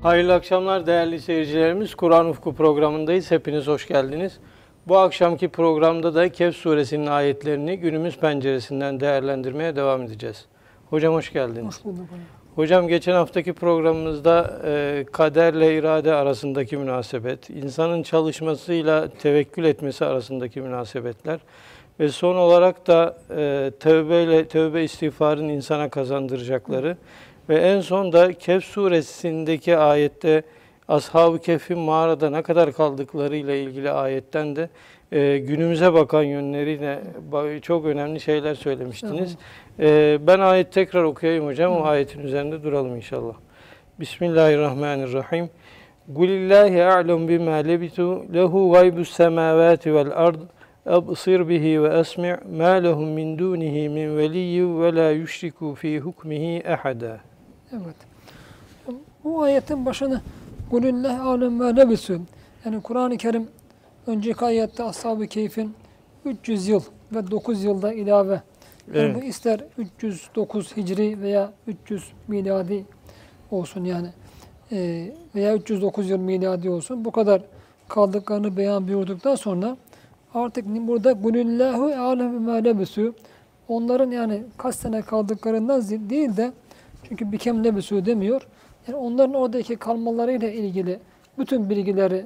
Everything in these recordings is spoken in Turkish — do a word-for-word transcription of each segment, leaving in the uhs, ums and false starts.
Hayırlı akşamlar değerli seyircilerimiz. Kur'an Ufku programındayız. Hepiniz hoş geldiniz. Bu akşamki programda da Kehf suresinin ayetlerini günümüz penceresinden değerlendirmeye devam edeceğiz. Hocam hoş geldiniz. Hoş bulduk hocam. Hocam geçen haftaki programımızda e, kaderle irade arasındaki münasebet, insanın çalışmasıyla tevekkül etmesi arasındaki münasebetler ve son olarak da e, tövbeyle tövbe istiğfarın insana kazandıracakları ve en son da Kehf suresindeki ayette Ashab-ı Kehf'in mağarada ne kadar kaldıklarıyla ilgili ayetten de e, günümüze bakan yönleriyle çok önemli şeyler söylemiştiniz. E, ben ayet tekrar okuyayım hocam. O ayetin üzerinde duralım inşallah. Bismillahirrahmanirrahim. Kulillahi a'lem bima lebitu lehu gaybus semavati vel ard absir bihi ve esmi' ma lehum min dunihi min veliyyin ve la yushriku fi hukmihi ahada. Evet. Bu ayetin başını Kulillah alem ve lebisu. Yani Kur'an-ı Kerim önceki ayette Ashab-ı Kehf'in üç yüz yıl ve dokuz yılda ilave. Yani evet. Bu ister üç yüz dokuz Hicri veya üç yüz miladi olsun yani ee, veya üç yüz dokuz yıl miladi olsun. Bu kadar kaldıklarını beyan buyurduktan sonra artık burada Kulillahu alem ve lebisu. Onların yani kaç sene kaldıklarından değil de çünkü bikem lebisu demiyor. Yani onların oradaki kalmalarıyla ilgili bütün bilgileri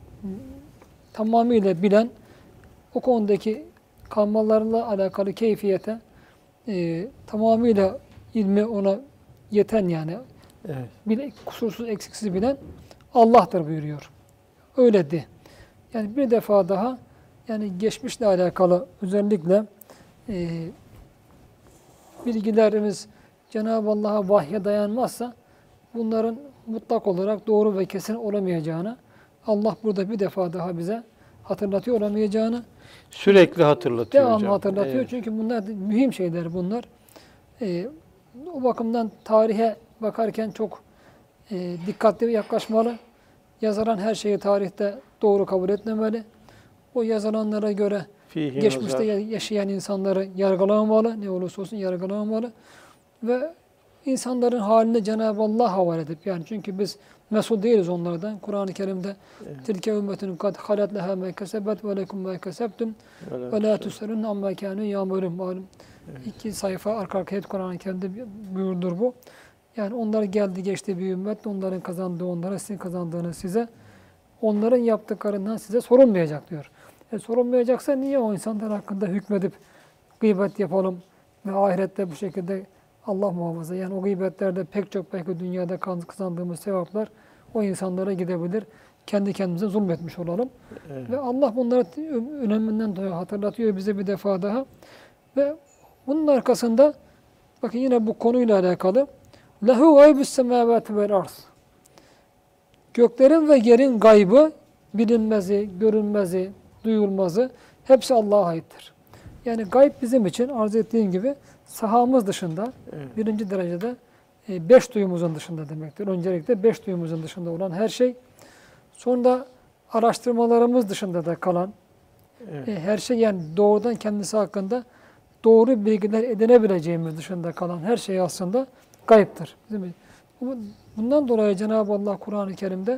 tamamıyla bilen, o konudaki kalmalarla alakalı keyfiyete e, tamamıyla ilmi ona yeten yani evet. bile, kusursuz eksiksiz bilen Allah'tır buyuruyor. Öyle de. Yani bir defa daha yani geçmişle alakalı özellikle e, bilgilerimiz Cenab-ı Allah'a vahye dayanmazsa bunların mutlak olarak doğru ve kesin olamayacağını Allah burada bir defa daha bize hatırlatıyor olamayacağını. Sürekli hatırlatıyor devamlı hocam. hatırlatıyor. Evet. Çünkü bunlar mühim şeyler bunlar. Ee, o bakımdan tarihe bakarken çok e, dikkatli yaklaşmalı. Yazılan her şeyi tarihte doğru kabul etmemeli. O yazılanlara göre Fihi geçmişte nazar. yaşayan insanları yargılamamalı. Ne olursa olsun yargılamamalı. Ve İnsanların haline Cenab-ı Allah havale edip yani çünkü biz mesul değiliz onlardan. Kur'an-ı Kerim'de tilke ümmetun kad halet leha ma kesebet ve lekum ma kesebtum ve la tusalun amma kanu ya'malun. Malum iki sayfa arka arkaya Kur'an-ı Kerim'de buyurdur bu. Yani onlar geldi geçti bir ümmet, onların kazandığı onlara, sizin kazandığınız size, onların yaptıklarından size sorulmayacak diyor. E, sorulmayacaksa niye o insanlar hakkında hükmedip gıybet yapalım ve ahirette bu şekilde Allah muhafaza. Yani o gıybetlerde pek çok belki dünyada kazandığımız sevaplar o insanlara gidebilir. Kendi kendimize zulmetmiş olalım. Evet. Ve Allah bunları öneminden dolayı hatırlatıyor bize bir defa daha. Ve bunun arkasında bakın yine bu konuyla alakalı lehu gaybus semavati vel ard. Göklerin ve yerin gaybı, bilinmezi, görünmezi, duyulmazı hepsi Allah'a aittir. Yani gayb bizim için arz ettiğim gibi sahamız dışında, evet. birinci derecede e, beş duyumuzun dışında demektir. Öncelikle beş duyumuzun dışında olan her şey. Sonra araştırmalarımız dışında da kalan evet. e, her şey yani doğrudan kendisi hakkında doğru bilgiler edinebileceğimiz dışında kalan her şey aslında gayiptir. Bundan dolayı Cenab-ı Allah Kur'an-ı Kerim'de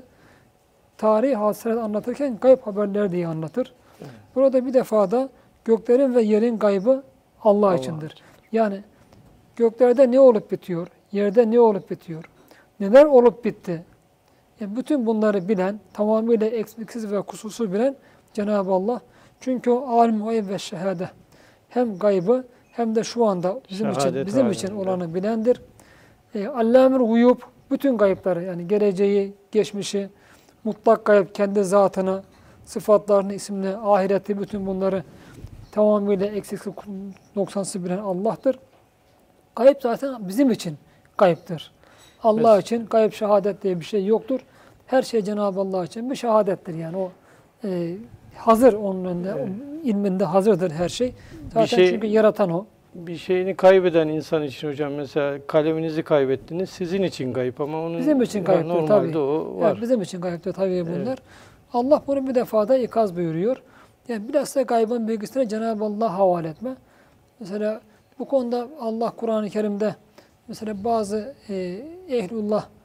tarih hadiseleri anlatırken gayb haberler diye anlatır. Evet. Burada bir defa da göklerin ve yerin gaybı Allah, Allah içindir. Yani göklerde ne olup bitiyor, yerde ne olup bitiyor, neler olup bitti. Yani bütün bunları bilen, tamamıyla eksiksiz ve kusursuz bilen Cenab-ı Allah. Çünkü o alim gayb ve şehade. Hem gaybı hem de şu anda bizim Şehadet için bizim için olanı bilendir. E, Allamül guyub bütün gayıpları yani geleceği, geçmişi, mutlak gayb kendi zatını, sıfatlarını, isimini, ahireti bütün bunları tamamıyla eksiksiz, noksansız bilen Allah'tır. Gayb zaten bizim için gayiptir. Allah evet. için gayb şehadet diye bir şey yoktur. Her şey Cenab-ı Allah için bir şehadettir. Yani o e, hazır onun önünde, evet. ilminde hazırdır her şey. Zaten şey, çünkü yaratan o. Bir şeyini kaybeden insan için hocam mesela kaleminizi kaybettiniz. Sizin için gayb ama onun bizim için gayiptir normalde tabii. o var. Evet, bizim için gayiptir tabii bunlar. Evet. Allah bunu bir defada ikaz buyuruyor. Yani bilhassa gaybın bilgisine Cenab-ı Allah havale etme. Mesela bu konuda Allah Kur'an-ı Kerim'de mesela bazı e, ehlullah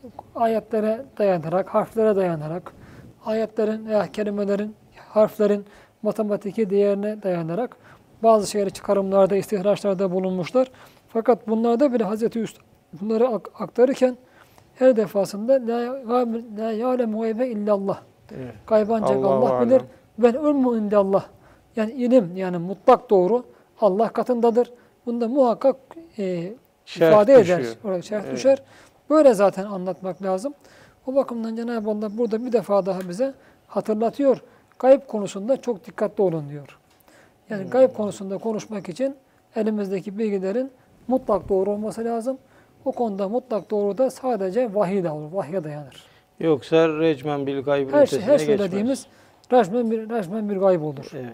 ayetlere dayanarak, harflere dayanarak, ayetlerin veya kelimelerin, harflerin matematiki değerine dayanarak bazı şeyleri çıkarımlarda, istihraçlarda bulunmuşlar. Fakat bunlarda bile Hazreti Üstad bunları aktarırken her defasında la ya'lemu gaybe illallah. Evet. Gayb ancak Allahu Allah bilir. Ben ölmü indallah. Yani ilim, yani mutlak doğru Allah katındadır. Bunda muhakkak e, ifade düşüyor. eder. Orada şerh Evet. düşer. Böyle zaten anlatmak lazım. O bakımdan Cenab-ı Allah burada bir defa daha bize hatırlatıyor. Gayb konusunda çok dikkatli olun diyor. Yani Hmm. gayb konusunda konuşmak için elimizdeki bilgilerin mutlak doğru olması lazım. O konuda mutlak doğru da sadece vahiy olur. Vahye dayanır. Yoksa recmen bil gaybın Her şey, ötesine her söylediğimiz racmen bir, racmen bir gayb olur. Evet.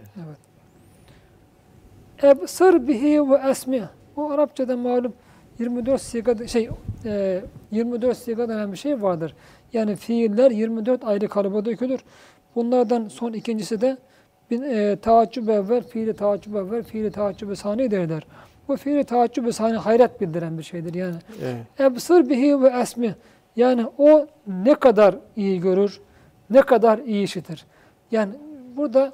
Evet. Ebsır bihi ve esmi. O Arapçada malum yirmi dört siga şey e, yirmi dört siga denen bir şey vardır. Yani fiiller yirmi dört ayrı kalıba dökülür. Bunlardan son ikincisi de e, taaccüb evvel, fiili taaccüb evvel, fiili taaccüb sani derler. Bu fiili taaccüb sani hayret bildiren bir şeydir yani. Evet. Ebsır bihi ve esmi. Yani o ne kadar iyi görür, ne kadar iyi işitir. Yani burada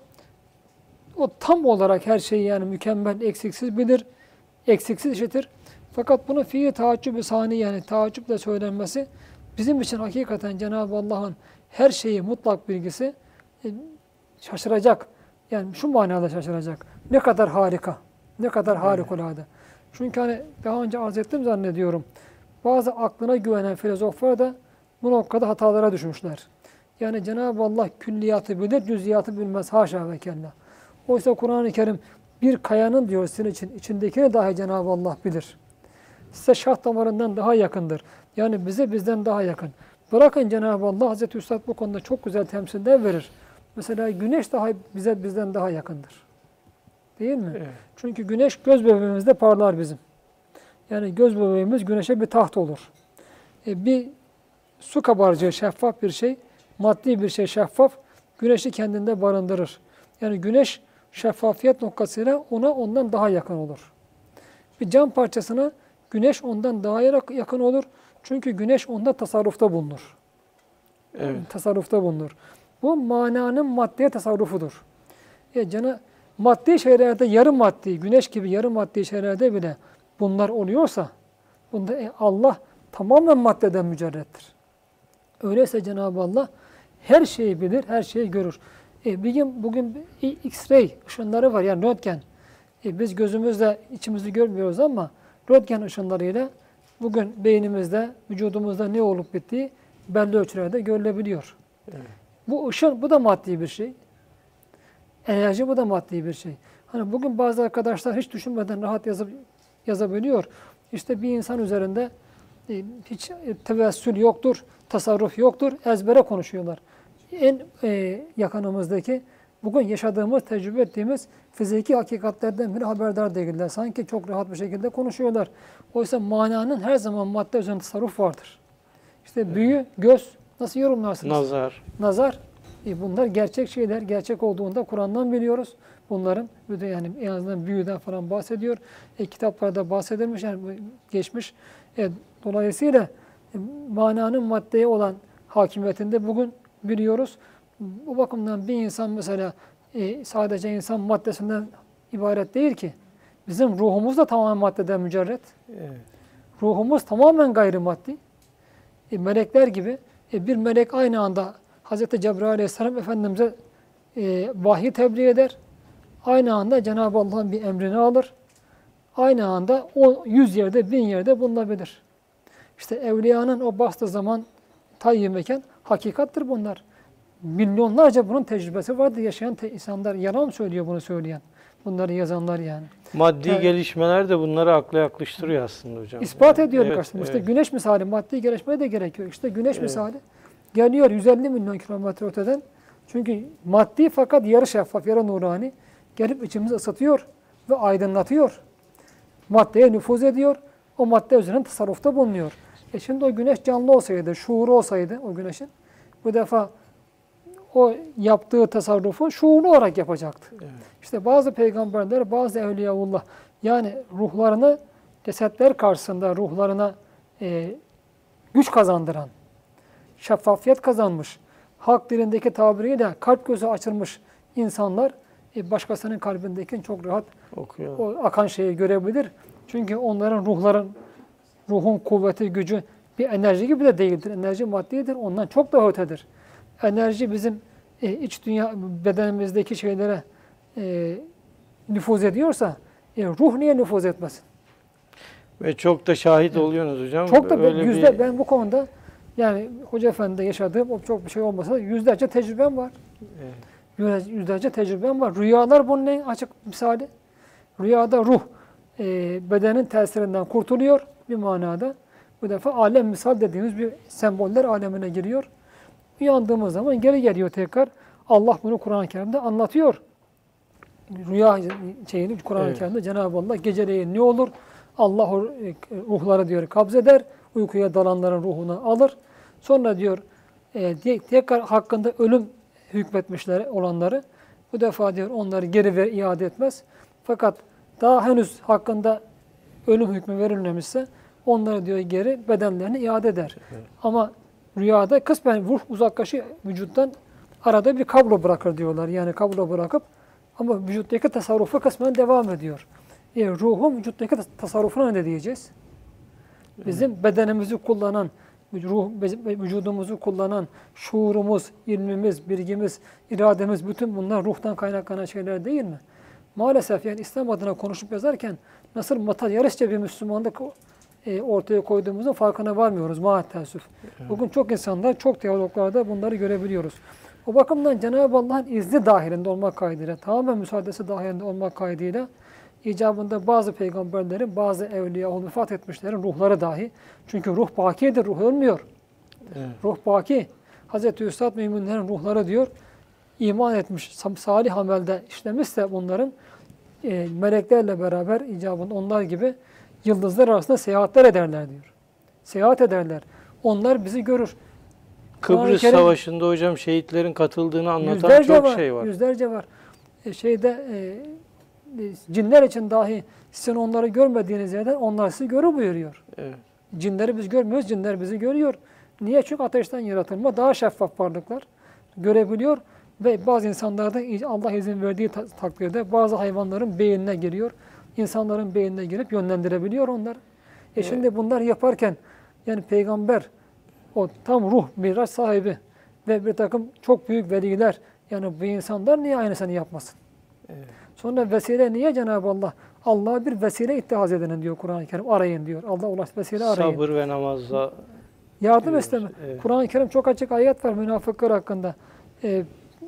o tam olarak her şeyi yani mükemmel, eksiksiz bilir, eksiksiz işitir. Fakat bunu fiili taaccüb sani yani taaccüple söylenmesi bizim için hakikaten Cenab-ı Allah'ın her şeyi mutlak bilgisi e, şaşıracak. Yani şu manada şaşıracak. Ne kadar harika, ne kadar harikulade. Çünkü hani daha önce arz ettim zannediyorum. Bazı aklına güvenen filozoflar da bu noktada hatalara düşmüşler. Yani Cenab-ı Allah külliyatı bilir, cüz'iyatı bilmez. Haşa ve kella. Oysa Kur'an-ı Kerim bir kayanın diyor sizin için, içindekini dahi Cenab-ı Allah bilir. Size şah damarından daha yakındır. Yani bize bizden daha yakın. Bırakın Cenab-ı Allah, Hazreti Üstad bu konuda çok güzel temsiller verir. Mesela güneş daha bize bizden daha yakındır. Değil mi? Evet. Çünkü güneş göz bebeğimizde parlar bizim. Yani göz bebeğimiz güneşe bir taht olur. E bir su kabarcığı şeffaf bir şey, maddi bir şey şeffaf, güneşi kendinde barındırır. Yani güneş şeffafiyet noktasıyla ona ondan daha yakın olur. Bir cam parçasına güneş ondan daha yakın olur. Çünkü güneş onda tasarrufta bulunur. Evet. Yani tasarrufta bulunur. Bu mananın maddeye tasarrufudur. E cana, maddi şeylerde yarı maddi, güneş gibi yarı maddi şeylerde bile bunlar oluyorsa, bunda e, Allah tamamen maddeden mücerrettir. Öyleyse Cenab-ı Allah her şeyi bilir, her şeyi görür. E, bugün, bugün X-ray ışınları var, yani röntgen. E, biz gözümüzle içimizi görmüyoruz ama röntgen ışınlarıyla bugün beynimizde, vücudumuzda ne olup bittiği belli ölçülerde görülebiliyor. Evet. Bu ışın, bu da maddi bir şey. Enerji, bu da maddi bir şey. Hani bugün bazı arkadaşlar hiç düşünmeden rahat yazıp yazabiliyor. İşte bir insan üzerinde e, hiç e, tevessül yoktur, tasarruf yoktur, ezbere konuşuyorlar. En e, yakınımızdaki, bugün yaşadığımız, tecrübe ettiğimiz fiziki hakikatlerden biri haberdar değiller. Sanki çok rahat bir şekilde konuşuyorlar. Oysa mananın her zaman madde üzerinde tasarruf vardır. İşte büyü, göz, nasıl yorumlarsınız? Nazar. Nazar. E bunlar gerçek şeyler. Gerçek olduğunda Kur'an'dan biliyoruz. Bunların yani en azından büyüden falan bahsediyor. E, kitaplarda bahsedilmiş, yani geçmiş. E, dolayısıyla e, mananın maddeye olan hakimiyetinde bugün biliyoruz. Bu bakımdan bir insan mesela e, sadece insan maddesinden ibaret değil ki. Bizim ruhumuz da tamamen maddeden mücerret. Evet. Ruhumuz tamamen gayrimaddi. E, melekler gibi. E, bir melek aynı anda Hazreti Cebrail Aleyhisselam Efendimiz'e e, vahyi tebliğ eder. Aynı anda Cenab-ı Allah'ın bir emrini alır. Aynı anda o yüz yerde, bin yerde bulunabilir. İşte evliyanın o bastığı zaman tayyip mekan hakikattir bunlar. Milyonlarca bunun tecrübesi vardır. Yaşayan te- insanlar yalan söylüyor bunu söyleyen. Bunları yazanlar yani. Maddi Yani, gelişmeler de bunları akla yaklaştırıyor aslında hocam. İspat Yani, ediyor evet, karşısında. evet. İşte güneş misali maddi gelişmeye de gerekiyor. İşte güneş Evet. misali geliyor yüz elli milyon kilometre öteden. Çünkü maddi fakat yarı şeffaf, yarı nurani gelip içimizi ısıtıyor ve aydınlatıyor. Maddeye nüfuz ediyor. O madde üzerine tasarrufta bulunuyor. E şimdi o güneş canlı olsaydı, şuuru olsaydı o güneşin bu defa o yaptığı tasarrufu şuurlu olarak yapacaktı. Evet. İşte bazı peygamberler, bazı evliyaullah yani ruhlarını cesetler karşısında ruhlarına e, güç kazandıran, şeffafiyet kazanmış, halk dilindeki tabiriyle kalp gözü açılmış insanlar e, başkasının kalbindeki çok rahat Okuyor. o akan şeyi görebilir. Çünkü onların ruhların, ruhun kuvveti, gücü bir enerji gibi de değildir. Enerji maddidir, ondan çok daha ötedir. Enerji bizim e, iç dünya, bedenimizdeki şeylere e, nüfuz ediyorsa, e, ruh niye nüfuz etmesin? Ve çok da şahit oluyorsunuz hocam. Çok da Öyle yüzde, bir... ben bu konuda yani Hoca Efendi'de yaşadığım o çok bir şey olmasa da yüzlerce tecrübem var. Evet. Yüzlerce, yüzlerce tecrübem var. Rüyalar bunun en açık misali. Rüyada ruh e, bedenin tesirinden kurtuluyor bir manada. Bu defa alem misal dediğimiz bir semboller alemine giriyor. Uyandığımız zaman geri geliyor tekrar. Allah bunu Kur'an-ı Kerim'de anlatıyor. Rüya şeyini Kur'an-ı Evet. Kerim'de Cenab-ı Allah geceleyin ne olur? Allah o ruhları diyor kabzeder, uykuya dalanların ruhunu alır. Sonra diyor e, tekrar hakkında ölüm hükmetmişler olanları bu defa diyor onları geri ver, iade etmez. Fakat daha henüz hakkında ölüm hükmü verilmemişse onları diyor geri bedenlerini iade eder. Evet. Ama rüyada kısmen ruh uzaklaşıyor vücuttan, arada bir kablo bırakır diyorlar. Yani kablo bırakıp ama vücuttaki tasarrufu kısmen devam ediyor. E, ruhun vücuttaki tasarrufuna ne diyeceğiz? Bizim evet. bedenimizi kullanan, ruh, vücudumuzu kullanan, şuurumuz, ilmimiz, bilgimiz, irademiz, bütün bunlar ruhtan kaynaklanan şeyler değil mi? Maalesef yani İslam adına konuşup yazarken nasıl materyalistçe bir Müslümanlık e, ortaya koyduğumuzun farkına varmıyoruz maalesef. Evet. Bugün çok insanlar, çok teologlarda bunları görebiliyoruz. O bakımdan Cenab-ı Allah'ın izni dahilinde olmak kaydıyla, tamamen müsaadesi dahilinde olmak kaydıyla icabında bazı peygamberlerin, bazı evliya, vefat etmişlerin ruhları dahi. Çünkü ruh bakidir, ruh ölmüyor. Evet. Ruh baki. Hazreti Üstad müminlerin ruhları diyor, iman etmiş, salih amelde işlemişse bunların e, meleklerle beraber icabında onlar gibi yıldızlar arasında seyahatler ederler diyor. Seyahat ederler. Onlar bizi görür. Kıbrıs Kerim, Savaşı'nda hocam şehitlerin katıldığını anlatan çok var, şey var. Yüzlerce var. E, şeyde e, cinler için dahi sizin onları görmediğiniz yerden onlar sizi görür buyuruyor. Evet. Cinleri biz görmüyoruz, cinler bizi görüyor. Niye? Çünkü ateşten yaratılma daha şeffaf varlıklar görebiliyor ve bazı insanlarda Allah izin verdiği takdirde bazı hayvanların beynine giriyor. İnsanların beynine girip yönlendirebiliyor onları. E evet. Şimdi bunlar yaparken yani peygamber o tam ruh, miraç sahibi ve bir takım çok büyük veliler yani bu insanlar niye aynısını yapmasın? Evet. Sonra vesile niye Cenab-ı Allah? Allah'a bir vesile ittihaz edin diyor Kur'an-ı Kerim. Arayın diyor. Allah ulaş vesile arayın. Sabır ve namazla yardım diyoruz. isteme. Evet. Kur'an-ı Kerim çok açık ayet var münafıklar hakkında. Ee,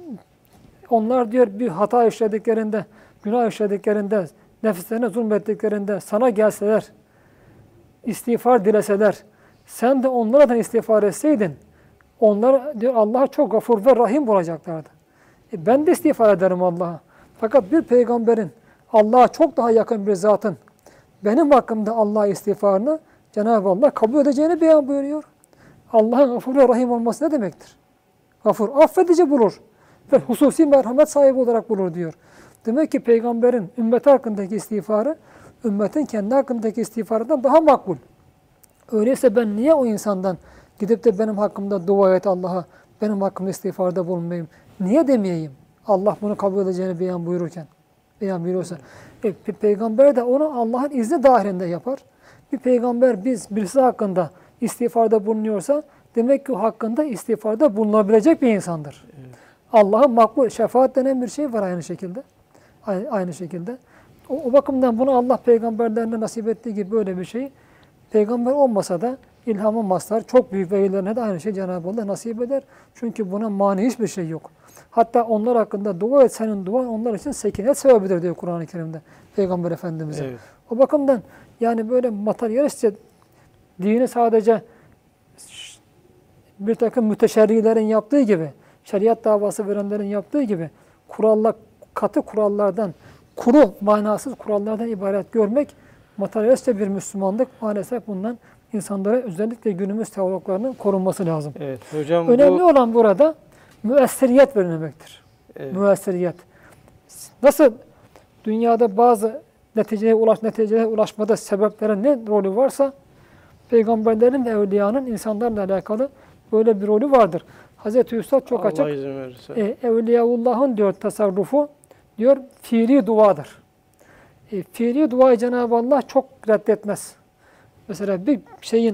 onlar diyor bir hata işlediklerinde, günah işlediklerinde, nefislerine zulmettiklerinde sana gelseler, istiğfar dileseler, sen de onlara da istiğfar etseydin, onlar diyor Allah'a çok gafur ve rahim bulacaklardı. E ben de istiğfar ederim Allah'a. Fakat bir peygamberin, Allah'a çok daha yakın bir zatın, benim hakkımda Allah'a istiğfarını Cenab-ı Allah kabul edeceğini beyan buyuruyor. Allah'ın gafur ve rahim olması ne demektir? Gafur, affedici bulur ve hususi merhamet sahibi olarak bulur diyor. Demek ki peygamberin ümmeti hakkındaki istiğfarı, ümmetin kendi hakkındaki istiğfarından daha makbul. Öyleyse ben niye o insandan gidip de benim hakkımda dua et Allah'a, benim hakkımda istiğfarda bulunmayayım? Niye demeyeyim? Allah bunu kabul edeceğini beyan buyururken, beyan buyuruyorsa. E, pe peygamber de onu Allah'ın izni dahilinde yapar. Bir peygamber biz birisi hakkında istiğfarda bulunuyorsa demek ki o hakkında istiğfarda bulunabilecek bir insandır. Evet. Allah'ın makbul, şefaat denen bir şey var aynı şekilde. Aynı, aynı şekilde. O, o bakımdan bunu Allah peygamberlerine nasip ettiği gibi böyle bir şey peygamber olmasa da ilham-ı mazhar çok büyük velilerine de aynı şey Cenab-ı Allah nasip eder. Çünkü buna mani hiçbir şey yok. Hatta onlar hakkında dua et, senin duan onlar için sekinet sebebidir diyor Kur'an-ı Kerim'de Peygamber Efendimiz'e. Evet. O bakımdan yani böyle materyalistçe dini sadece bir takım müteşerrilerin yaptığı gibi, şeriat davası verenlerin yaptığı gibi kurallar, katı kurallardan, kuru, manasız kurallardan ibaret görmek materyalistçe bir Müslümanlık. Maalesef bundan insanlara özellikle günümüz teologlarının korunması lazım. Evet, hocam, önemli bu... olan burada müesseriyet vermektir. Evet. Müesseriyet. Nasıl dünyada bazı neticeye, ulaş, neticeye ulaşmada sebeplerin ne rolü varsa peygamberlerin ve evliyanın insanlarla alakalı böyle bir rolü vardır. Hazreti Üstad çok Allah açık. izin verirse. E, Evliyaullah'ın diyor tasarrufu diyor fiili duadır. E, fiili duayı Cenab-ı Allah çok reddetmez. Mesela bir şeyin,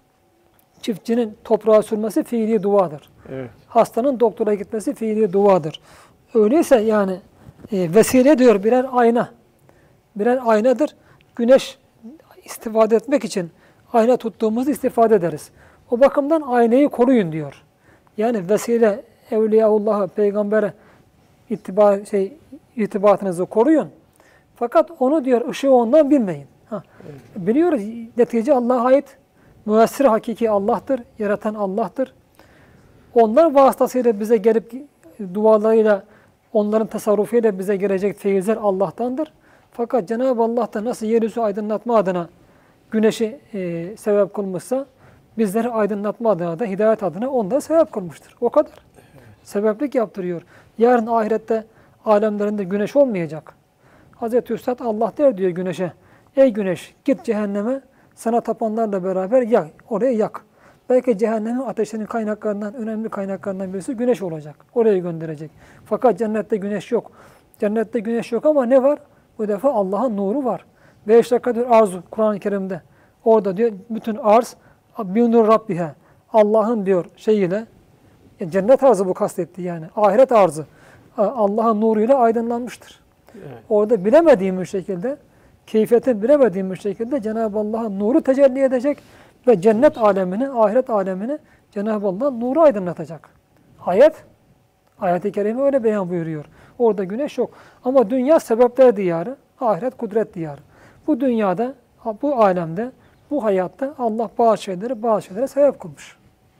çiftçinin toprağa sürmesi fiili duadır. Evet. Hastanın doktora gitmesi fiili duadır. Öyleyse yani e, vesile diyor birer ayna. Birer aynadır. Güneş istifade etmek için ayna tuttuğumuzda istifade ederiz. O bakımdan aynayı koruyun diyor. Yani vesile Evliyaullah'a, peygambere ittiba, şey, irtibatınızı koruyun. Fakat onu diyor ışığı ondan bilmeyin. Ha. Evet. Biliyoruz netice Allah'a ait. Müessir hakiki Allah'tır. Yaratan Allah'tır. Onlar vasıtasıyla bize gelip dualarıyla, onların tasarrufuyla bize gelecek feyizler Allah'tandır. Fakat Cenab-ı Allah da nasıl yeryüzü aydınlatma adına güneşi e, sebep kılmışsa, bizleri aydınlatma adına da hidayet adına onları sebep kılmıştır. O kadar. Evet. Sebeplik yaptırıyor. Yarın ahirette alemlerinde güneş olmayacak. Hazreti Üstad Allah der diyor güneşe, ey güneş git cehenneme, sana tapanlarla beraber yak, oraya yak. Belki cehennemin ateşinin kaynaklarından, önemli kaynaklarından birisi güneş olacak. Oraya gönderecek. Fakat cennette güneş yok. Cennette güneş yok ama ne var? Bu defa Allah'ın nuru var. Ve eşrakadır arzu Kur'an-ı Kerim'de. Orada diyor bütün arz binur Rabbiha. Allah'ın diyor şeyiyle, cennet arzı bu kastetti yani. Ahiret arzı. Allah'ın nuruyla aydınlanmıştır. Evet. Orada bilemediğimiz şekilde, keyfiyetin bilemediğimiz şekilde Cenab-ı Allah'ın nuru tecelli edecek ve cennet alemini, ahiret alemini Cenab-ı Allah nuru aydınlatacak. Ayet, ayet-i kerime öyle beyan buyuruyor. Orada güneş yok. Ama dünya sebepler diyarı, ahiret kudret diyarı. Bu dünyada, bu alemde, bu hayatta Allah bazı şeyleri bazı şeylere sebep kılmış.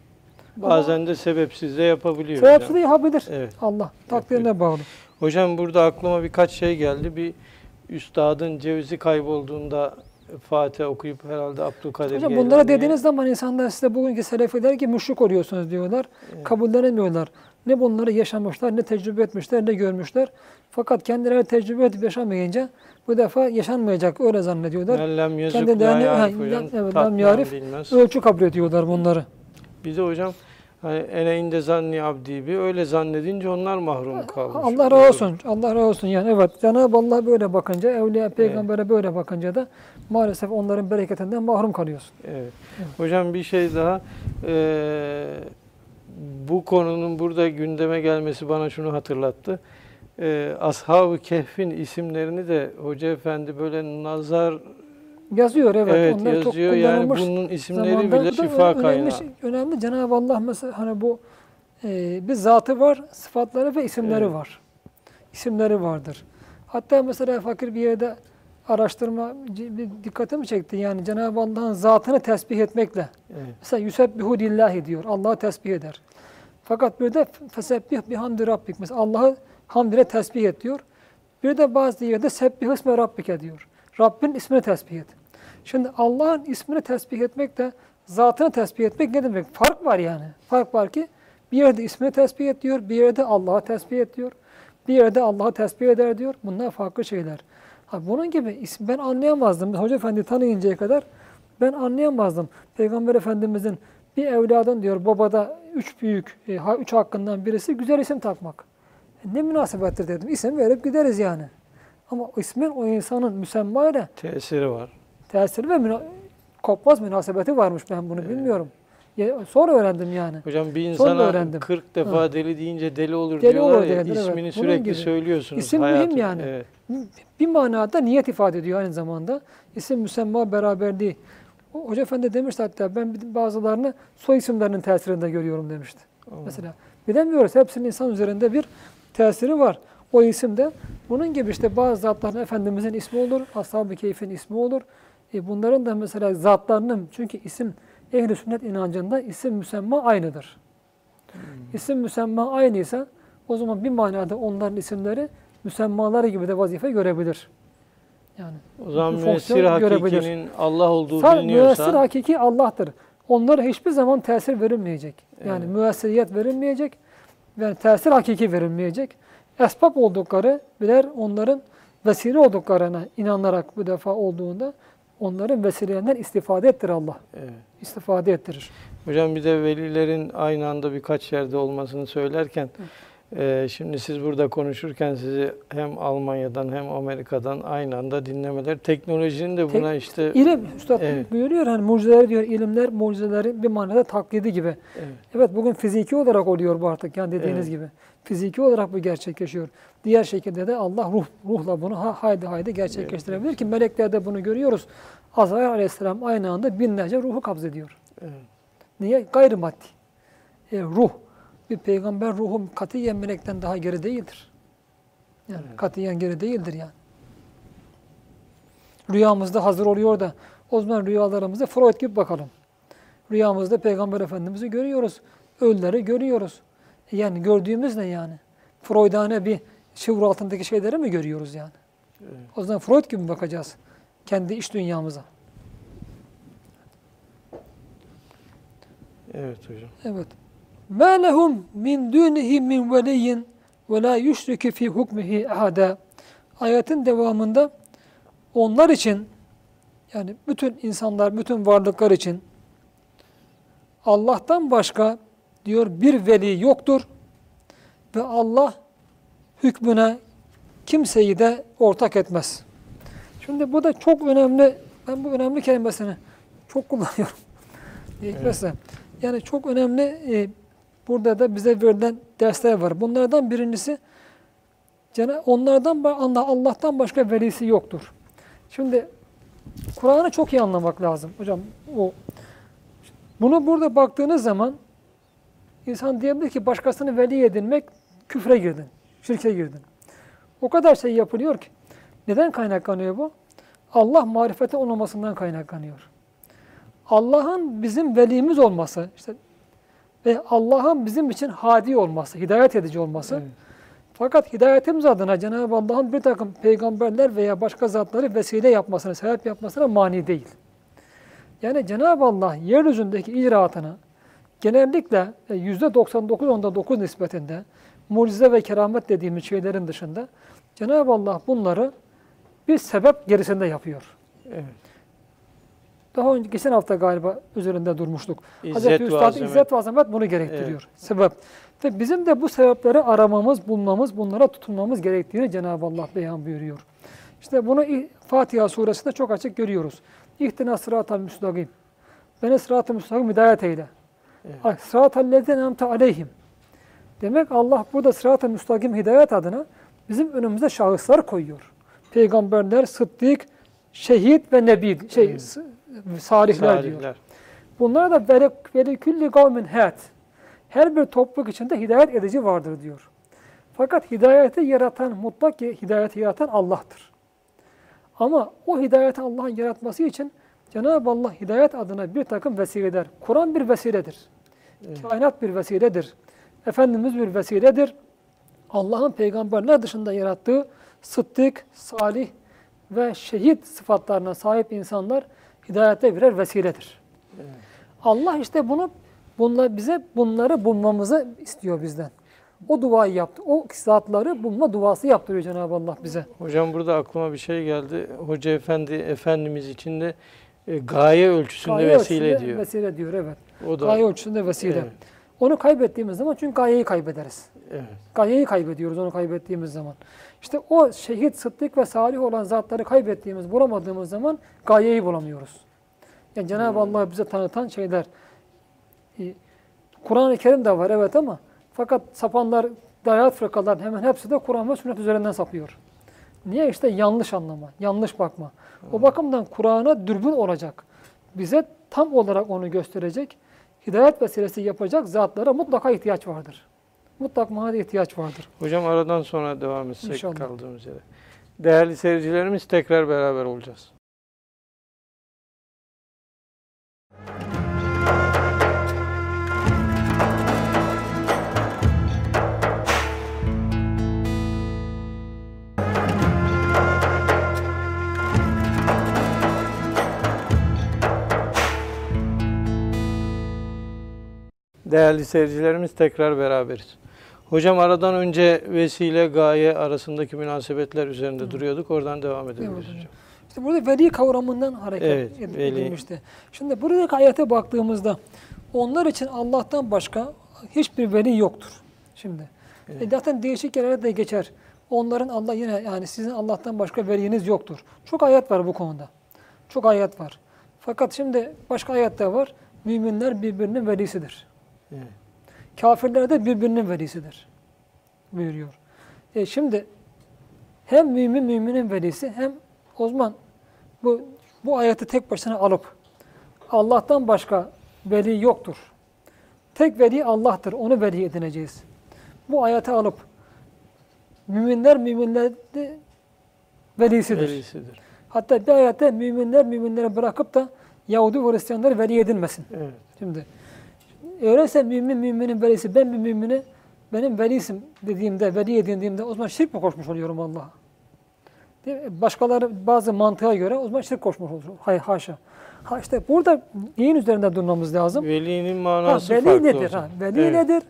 Bazen Ama de sebepsiz de yapabiliyor. sebepsiz de yapabilir. Evet. Allah takdirine bağlı. Hocam burada aklıma birkaç şey geldi. Bir üstadın cevizi kaybolduğunda Fatiha okuyup herhalde Abdülkadir Hocam Geylani'ye... bunlara dediğiniz zaman insanlar size bugünkü selefi der ki müşrik oluyorsunuz diyorlar. Evet. Kabullenemiyorlar. Ne bunları yaşamışlar, ne tecrübe etmişler, ne görmüşler. Fakat kendileri tecrübe edip yaşamayınca bu defa yaşanmayacak öyle zannediyorlar. Ellem yazık Kendilerini la yarif hocam, evet, lam yarif, ölçü kabul ediyorlar bunları. Bir de hocam hani ene inde zanni abdi bir öyle zannedince onlar mahrum kalmış. Allah razı olsun. Allah razı olsun. Yani evet Cenab-ı Allah böyle bakınca, evliya peygambere evet. böyle bakınca da maalesef onların bereketinden mahrum kalıyorsun. Evet. Evet. Hocam bir şey daha. Ee, bu konunun burada gündeme gelmesi bana şunu hatırlattı. Ee, Ashab-ı Kehf'in isimlerini de Hoca Efendi böyle nazar yazıyor. Evet, evet onlar yazıyor. Çok yani bunun isimleri bile şifa önemli, kaynağı. Önemli. Cenab-ı Allah mesela hani bu e, bir zatı var, sıfatları ve isimleri evet. var. İsimleri vardır. Hatta mesela fakir bir yerde araştırma bir dikkatimi çekti. Yani Cenab-ı Allah'ın zatını tesbih etmekle. Evet. Mesela yusebbihu lillahi diyor. Allah'ı tesbih eder. Fakat bir de fesebbih bihamdi rabbik. Mesela Allah'ı hamd ile tesbih et diyor. Bir de bazı yerde sebbih isme rabbike diyor. Rabbin ismini tesbih et. Şimdi Allah'ın ismini tesbih etmek de zatını tesbih etmek ne demek? Fark var yani. Fark var ki bir yerde ismini tesbih et diyor, bir yerde Allah'ı tesbih et diyor, bir yerde Allah'ı tesbih eder diyor. Bunlar farklı şeyler. Ha, bunun gibi isim ben anlayamazdım. Hoca Efendi tanıyıncaya kadar ben anlayamazdım. Peygamber Efendimizin bir evladın diyor babada üç büyük, e, üç hakkından birisi güzel isim takmak. E, ne münasebettir dedim. İsim verip gideriz yani. Ama ismin o insanın müsemmayla tesiri var. Tesiri ve müna kopmaz münasebeti varmış, ben bunu evet. bilmiyorum. Ya, sonra öğrendim yani. Hocam bir insana kırk defa ha. deli deyince deli olur deli diyorlar olur ya, ismini evet. sürekli söylüyorsunuz. İsim hayatım. mühim yani. Evet. Bir manada niyet ifade ediyor aynı zamanda. İsim müsemma beraberliği. Hoca Efendi demişti hatta ben bazılarını soy isimlerinin tesirinde görüyorum demişti. Allah. Mesela bilemiyoruz, hepsinin insan üzerinde bir tesiri var. O isim de bunun gibi işte bazı zatların Efendimizin ismi olur, Ashab-ı Keyf'in ismi olur. E bunların da mesela zatlarının, çünkü isim ehl-i sünnet inancında isim müsemma aynıdır. Hmm. İsim müsemma aynıysa o zaman bir manada onların isimleri müsemmaları gibi de vazife görebilir. Yani o zaman müessir hakikinin Allah olduğu Sar, biliniyorsa müessir hakiki Allah'tır. Onlara hiçbir zaman tesir verilmeyecek. Yani evet. müessiriyet verilmeyecek. Yani tesir hakiki verilmeyecek. Esbab oldukları birer onların vesile olduklarına inanarak bu defa olduğunda onların vesilelerinden istifade ettir Allah. Evet. İstifade ettirir. Hocam bir de velilerin aynı anda birkaç yerde olmasını söylerken e, şimdi siz burada konuşurken sizi hem Almanya'dan hem Amerika'dan aynı anda dinlemeler. Teknolojinin de buna Tek, işte... İlim, Üstad Evet. buyuruyor hani mucizeler diyor, ilimler mucizelerin bir manada taklidi gibi. Evet. Evet, bugün fiziki olarak oluyor bu artık yani dediğiniz Evet. gibi. Fiziki olarak bu gerçekleşiyor. Diğer şekilde de Allah ruh ruhla bunu ha, haydi haydi gerçekleştirebilir evet. ki meleklerde bunu görüyoruz. Azrail aleyhisselam aynı anda binlerce ruhu kabzediyor. Evet. Niye? Gayrı maddi. E, ruh. Bir peygamber ruhu katiyen melekten daha geri değildir. Yani evet. katiyen geri değildir yani. Rüyamızda hazır oluyor da o zaman rüyalarımıza Freud gibi bakalım. Rüyamızda Peygamber Efendimiz'i görüyoruz. Ölüleri görüyoruz. Yani gördüğümüz ne yani? Freudane bir şiur altındaki şeyleri mi görüyoruz yani? Evet. O zaman Freud gibi bakacağız kendi iç dünyamıza. Evet hocam. Evet. مَا لَهُمْ مِنْ دُونِهِ مِنْ وَلِيٍّ وَلَا يُشْرِكِ فِي حُكْمِهِ اَحَدًا. Ayetin devamında onlar için yani bütün insanlar, bütün varlıklar için Allah'tan başka diyor bir veli yoktur ve Allah hükmüne kimseyi de ortak etmez. Şimdi bu da çok önemli, ben bu önemli kelimesini çok kullanıyorum. Evet. Yani çok önemli, e, burada da bize verilen dersler var. Bunlardan birincisi, onlardan Allah'tan başka velisi yoktur. Şimdi Kur'an'ı çok iyi anlamak lazım hocam. O, bunu burada baktığınız zaman insan diyebilir ki başkasını veli edinmek küfre girdin, şirke girdin. O kadar şey yapılıyor ki. Neden kaynaklanıyor bu? Allah marifete olmamasından kaynaklanıyor. Allah'ın bizim velimiz olması işte ve Allah'ın bizim için hadi olması, hidayet edici olması. Evet. Fakat hidayetimiz adına Cenab-ı Allah'ın bir takım peygamberler veya başka zatları vesile yapmasına, sebep yapmasına mani değil. Yani Cenab-ı Allah yeryüzündeki icraatını genellikle yüzde doksan dokuz nokta dokuz nispetinde mucize ve keramet dediğimiz şeylerin dışında Cenab-ı Allah bunları bir sebep gerisinde yapıyor. Evet. Daha önce geçen hafta galiba üzerinde durmuştuk. İzzet Hazreti Üstad İzzet ve Azamet bunu gerektiriyor. Evet. Sebep. Ve bizim de bu sebepleri aramamız, bulmamız, bunlara tutunmamız gerektiğini Cenab-ı Allah beyan buyuruyor. İşte bunu Fatiha suresinde çok açık görüyoruz. İhtina sıratal müstakim. Beni sırat-ı müstakim hidayet eyle. Evet. Sıratal lezine emte aleyhim. Demek Allah burada sırat-ı müstakim hidayet adına bizim önümüze şahıslar koyuyor. Peygamberler, sıddık, şehit ve nebi, şey, evet. salihler, salihler diyor. Bunlar da veli külli kavmin had. Her bir topluluk içinde hidayet edici vardır diyor. Fakat hidayeti yaratan, mutlak hidayeti yaratan Allah'tır. Ama o hidayeti Allah'ın yaratması için Cenab-ı Allah hidayet adına bir takım vesileler. Kur'an bir vesiledir. Evet. Kainat bir vesiledir. Efendimiz bir vesiledir. Allah'ın peygamberler dışında yarattığı sıddık, salih ve şehit sıfatlarına sahip insanlar hidayete birer vesiledir. Evet. Allah işte bunu bunlar bize bunları bulmamızı istiyor bizden. O duayı yaptı. O zatları bulma duası yaptırıyor Cenab-ı Allah bize. Hocam burada aklıma bir şey geldi. Hoca Efendi Efendimiz için de e, gaye ölçüsünde gaye vesile ölçüsünde diyor. Vesile diyor evet. O da, gaye ölçüsünde vesile. Evet. Onu kaybettiğimiz zaman çünkü gayeyi kaybederiz. Evet. Gayeyi kaybediyoruz onu kaybettiğimiz zaman. İşte o şehit, sıddık ve salih olan zatları kaybettiğimiz, bulamadığımız zaman gayeyi bulamıyoruz. Yani Cenab-ı hmm. Allah bize tanıtan şeyler. Kur'an-ı Kerim de var evet ama fakat sapanlar, dayat fırkalar hemen hepsi de Kur'an ve sünnet üzerinden sapıyor. Niye? İşte yanlış anlama, yanlış bakma. Hmm. O bakımdan Kur'an'a dürbün olacak. Bize tam olarak onu gösterecek, hidayet vesilesi yapacak zatlara mutlaka ihtiyaç vardır. Mutlak manada ihtiyaç vardır. Hocam aradan sonra devam etsek İnşallah. Kaldığımız yere. Değerli seyircilerimiz tekrar beraber olacağız. Değerli seyircilerimiz tekrar beraberiz. Hocam aradan önce vesile gaye arasındaki münasebetler üzerinde Hı. duruyorduk. Oradan devam edebiliriz Evet. hocam. İşte burada veli kavramından hareket Evet, edilmişti. Veli. Şimdi buradaki ayete baktığımızda onlar için Allah'tan başka hiçbir veli yoktur. Şimdi evet. e zaten değişik yerlerde de geçer. Onların Allah yine yani sizin Allah'tan başka veliniz yoktur. Çok ayet var bu konuda. Çok ayet var. Fakat şimdi başka ayette var. Müminler birbirinin velisidir. Evet. Kafirler de birbirinin velisidir. Buyuruyor. E şimdi hem mümin müminin velisi hem o zaman bu, bu ayeti tek başına alıp Allah'tan başka veli yoktur. Tek veli Allah'tır. Onu veli edineceğiz. Bu ayeti alıp müminler müminler de velisidir. velisidir. Hatta bir ayette müminler müminleri bırakıp da Yahudi ve Hristiyanları veli edinmesin. Evet. Şimdi öyleyse mümin müminin velisi, ben bir mümini benim velisim dediğimde, veli edindiğimde o zaman şirk mi koşmuş oluyorum Allah'a? Başkaları bazı mantığa göre o zaman şirk koşmuş olur. Hayır, haşa. Ha işte burada neyin üzerinde durmamız lazım? Velinin manası ha, veli farklı nedir? Ha, veli evet. nedir?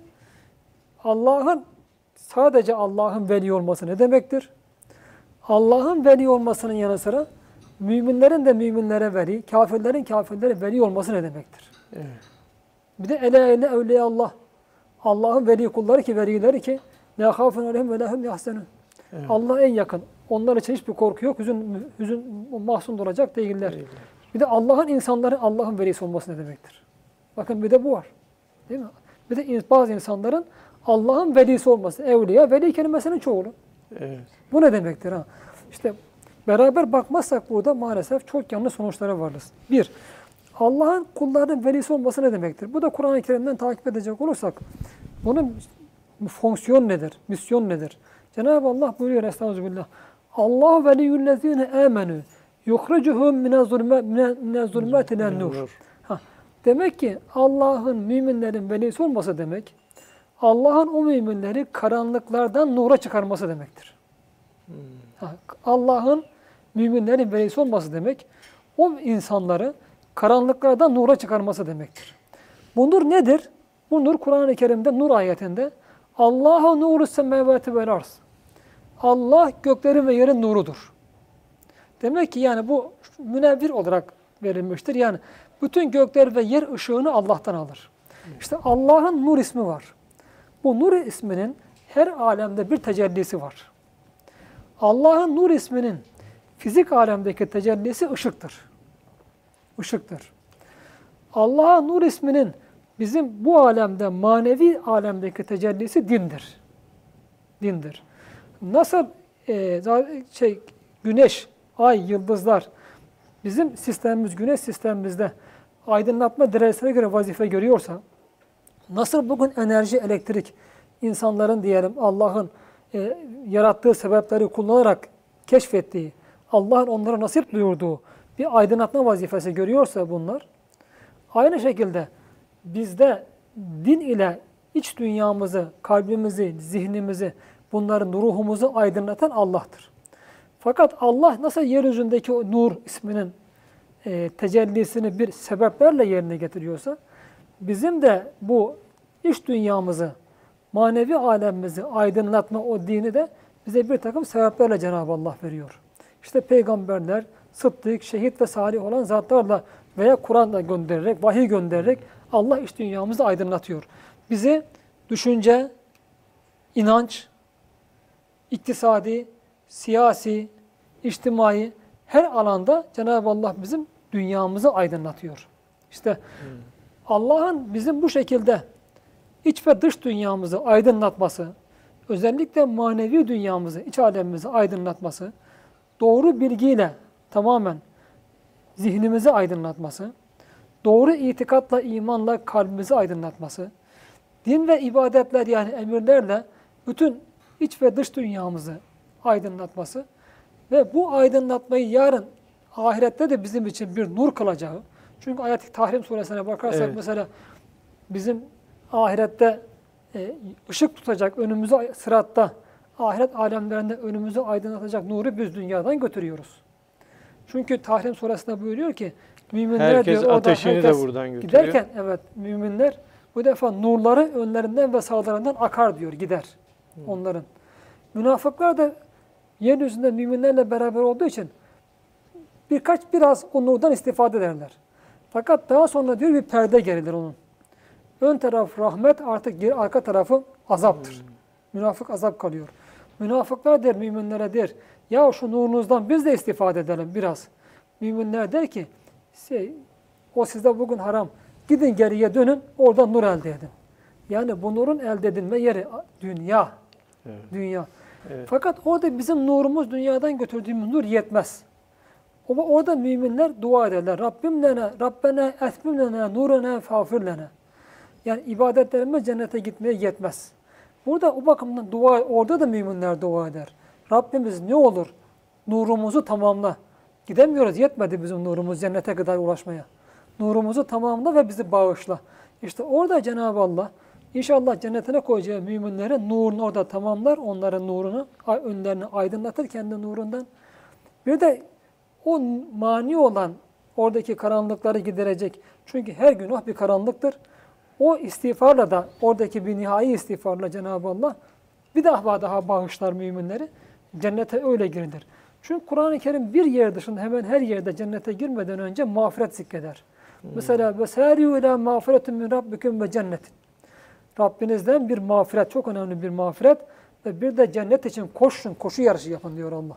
Allah'ın sadece Allah'ın veli olması ne demektir? Allah'ın veli olmasının yanı sıra müminlerin de müminlere veli, kafirlerin kafirlere veli olması ne demektir? Evet. Bir de ele ele evliya Allah. Allah'ın veli kulları ki velileri ki la khafun aleyhim ve la hum yahzenun. Allah en yakın. Onlar için hiçbir korku yok. Hüzün, hüzün mahzun olacak değiller. değiller. Bir de Allah'ın insanların Allah'ın velisi olması ne demektir? Bakın bir de bu var. Değil mi? Bir de bazı insanların Allah'ın velisi olması. Evliya, veli kelimesinin çoğulu. Evet. Bu ne demektir? Ha? İşte beraber bakmazsak burada maalesef çok yanlış sonuçlara varırız. Bir, Allah'ın kullarının velisi olması ne demektir? Bu da Kur'an-ı Kerim'den takip edecek olursak bunun fonksiyon nedir? Misyon nedir? Cenab-ı Allah buyuruyor Estağfirullah. Allah veliyyüllezine amenü yukhricuhum minez-zulmati ilen-nur. Demek ki Allah'ın müminlerin velisi olması demek, Allah'ın o müminleri karanlıklardan nura çıkarması demektir. Hmm. Allah'ın müminlerin velisi olması demek, o insanları karanlıklardan nura çıkarması demektir. Bu nur nedir? Bu nur Kur'an-ı Kerim'de nur ayetinde Allahu nuru semavati vel arz. Allah göklerin ve yerin nurudur. Demek ki yani bu münevvir olarak verilmiştir. Yani bütün gökler ve yer ışığını Allah'tan alır. İşte Allah'ın nur ismi var. Bu nur isminin her alemde bir tecellisi var. Allah'ın nur isminin fizik alemdeki tecellisi ışıktır. Işıktır. Allah'ın nur isminin bizim bu alemde manevi alemdeki tecellisi dindir. Dindir. Nasıl e, şey güneş, ay, yıldızlar bizim sistemimiz, güneş sistemimizde aydınlatma derecesine göre vazife görüyorsa, nasıl bugün enerji, elektrik insanların diyelim Allah'ın e, yarattığı sebepleri kullanarak keşfettiği, Allah'ın onlara nasip buyurduğu bir aydınlatma vazifesi görüyorsa bunlar, aynı şekilde bizde din ile iç dünyamızı, kalbimizi, zihnimizi, bunların ruhumuzu aydınlatan Allah'tır. Fakat Allah nasıl yeryüzündeki o nur isminin e, tecellisini bir sebeplerle yerine getiriyorsa, bizim de bu iç dünyamızı, manevi alemimizi aydınlatma o dini de bize bir takım sebeplerle Cenab-ı Allah veriyor. İşte peygamberler, sıddık, şehit ve salih olan zatlarla veya Kur'an'la göndererek, vahiy göndererek Allah iç dünyamızı aydınlatıyor. Bizi düşünce, inanç, iktisadi, siyasi, içtimai her alanda Cenab-ı Allah bizim dünyamızı aydınlatıyor. İşte hmm. Allah'ın bizim bu şekilde iç ve dış dünyamızı aydınlatması, özellikle manevi dünyamızı, iç alemimizi aydınlatması, doğru bilgiyle tamamen zihnimizi aydınlatması, doğru itikatla, imanla kalbimizi aydınlatması, din ve ibadetler yani emirlerle bütün iç ve dış dünyamızı aydınlatması ve bu aydınlatmayı yarın ahirette de bizim için bir nur kılacağı. Çünkü Ayet-i Tahrim suresine bakarsak evet. mesela bizim ahirette e, ışık tutacak önümüze sıratta, ahiret alemlerinde önümüzü aydınlatacak nuru biz dünyadan götürüyoruz. Çünkü Tahrim suresinde buyuruyor ki müminler herkes diyor ateşini orada, herkes de buradan götürüyor. Giderken evet müminler bu defa nurları önlerinden ve sağlarından akar diyor, gider onların. Münafıklar da yeryüzünde müminlerle beraber olduğu için birkaç biraz o nurdan istifade ederler. Fakat daha sonra diyor bir perde gerilir onun. Ön taraf rahmet, artık geri, arka tarafı azaptır. Hmm. Münafık azap kalıyor. Münafıklar der müminlere der, ya şu nurunuzdan biz de istifade edelim biraz. Müminler der ki, şey, o sizde bugün haram. Gidin geriye dönün, oradan nur elde edin. Yani bu nurun elde edilme yeri dünya. Evet. Dünya. Evet. Fakat orada bizim nurumuz, dünyadan götürdüğümüz nur yetmez. Ama orada müminler dua ederler. Rabbim lene, Rabbena etmim lene, nurena fağfir lene. Yani ibadetlerimiz cennete gitmeye yetmez. Burada o bakımdan dua, orada da müminler dua eder. Rabbimiz ne olur nurumuzu tamamla. Gidemiyoruz, yetmedi bizim nurumuz cennete kadar ulaşmaya. Nurumuzu tamamla ve bizi bağışla. İşte orada Cenab-ı Allah inşallah cennetine koyacağı müminlerin nurunu orada tamamlar. Onların nurunu, önlerini aydınlatır kendi nurundan. Bir de o mani olan oradaki karanlıkları giderecek. Çünkü her günah bir karanlıktır. O istiğfarla da, oradaki bir nihai istiğfarla Cenab-ı Allah bir daha daha bağışlar müminleri. Cennete öyle girilir. Çünkü Kur'an-ı Kerim bir yer dışında hemen her yerde cennete girmeden önce mağfiret zikreder. Hmm. Mesela وَسَارِيُوا اِلَى مَغْفِرَةٍ مِنْ رَبِّكُمْ وَجَنَّةٍ Rabbinizden bir mağfiret, çok önemli bir mağfiret ve bir de cennet için koşun, koşu yarışı yapın diyor Allah.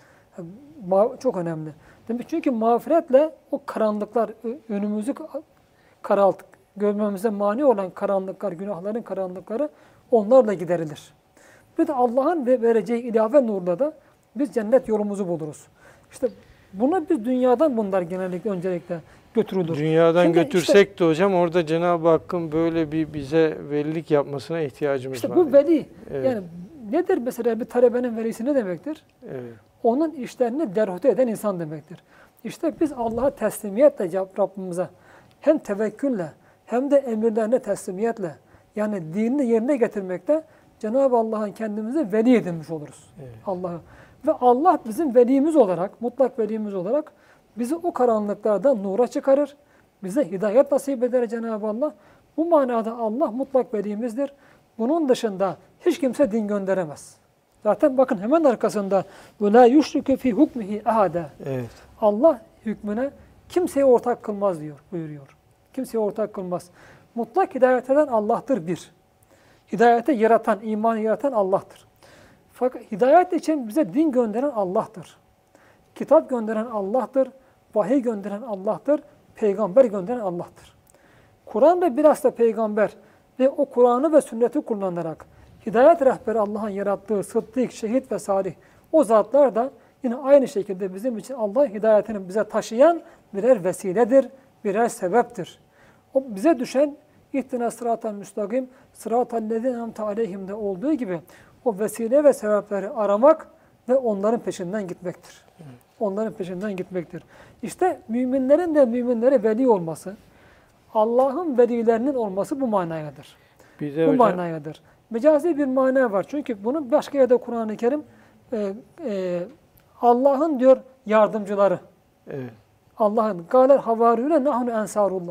Çok önemli. Demek çünkü mağfiretle o karanlıklar, önümüzü karaltık, görmemize mani olan karanlıklar, günahların karanlıkları onlarla giderilir. Bir de Allah'ın vereceği ilave nurla da biz cennet yolumuzu buluruz. İşte buna biz dünyadan bunlar genellikle öncelikle götürülür. Dünyadan Şimdi götürsek işte, de hocam orada Cenab-ı Hakk'ın böyle bir bize velilik yapmasına ihtiyacımız işte var. İşte bu veli. Evet. Yani nedir mesela bir talebenin velisi ne demektir? Evet. Onun işlerini derhute eden insan demektir. İşte biz Allah'a teslimiyetle Rabbimize hem tevekkülle hem de emirlerine teslimiyetle yani dinini yerine getirmekte Cenab-ı Allah'ın kendimize veli edinmiş oluruz. Evet. Allah'ı. Ve Allah bizim velimiz olarak, mutlak velimiz olarak bizi o karanlıklardan nura çıkarır. Bize hidayet nasip eder Cenab-ı Allah. Bu manada Allah mutlak velimizdir. Bunun dışında hiç kimse din gönderemez. Zaten bakın hemen arkasında وَلَا يُشْرِكُ فِي حُكْمِهِ اَحَدًا Evet. Allah hükmüne kimseye ortak kılmaz diyor, buyuruyor. Kimseye ortak kılmaz. Mutlak hidayet eden Allah'tır bir. Hidayete yaratan, imanı yaratan Allah'tır. Fakat hidayet için bize din gönderen Allah'tır. Kitap gönderen Allah'tır. Vahiy gönderen Allah'tır. Peygamber gönderen Allah'tır. Kur'an ve biraz da peygamber ve o Kur'an'ı ve sünneti kullanarak hidayet rehberi Allah'ın yarattığı sıddık, şehit ve salih o zatlar da yine aynı şekilde bizim için Allah hidayetini bize taşıyan birer vesiledir, birer sebeptir. O bize düşen İhtina sıratal müstakim, sıratal lezine emte aleyhimde olduğu gibi o vesile ve sebepleri aramak ve onların peşinden gitmektir. Onların peşinden gitmektir. İşte müminlerin de müminlere veli olması, Allah'ın velilerinin olması bu manayadır. Bir de bu hocam, manayadır. Mecazi bir mana var. Çünkü bunu başka yerde Kur'an-ı Kerim e, e, Allah'ın diyor yardımcıları. Evet. Allah'ın galer havariyune nahnu ensarullah.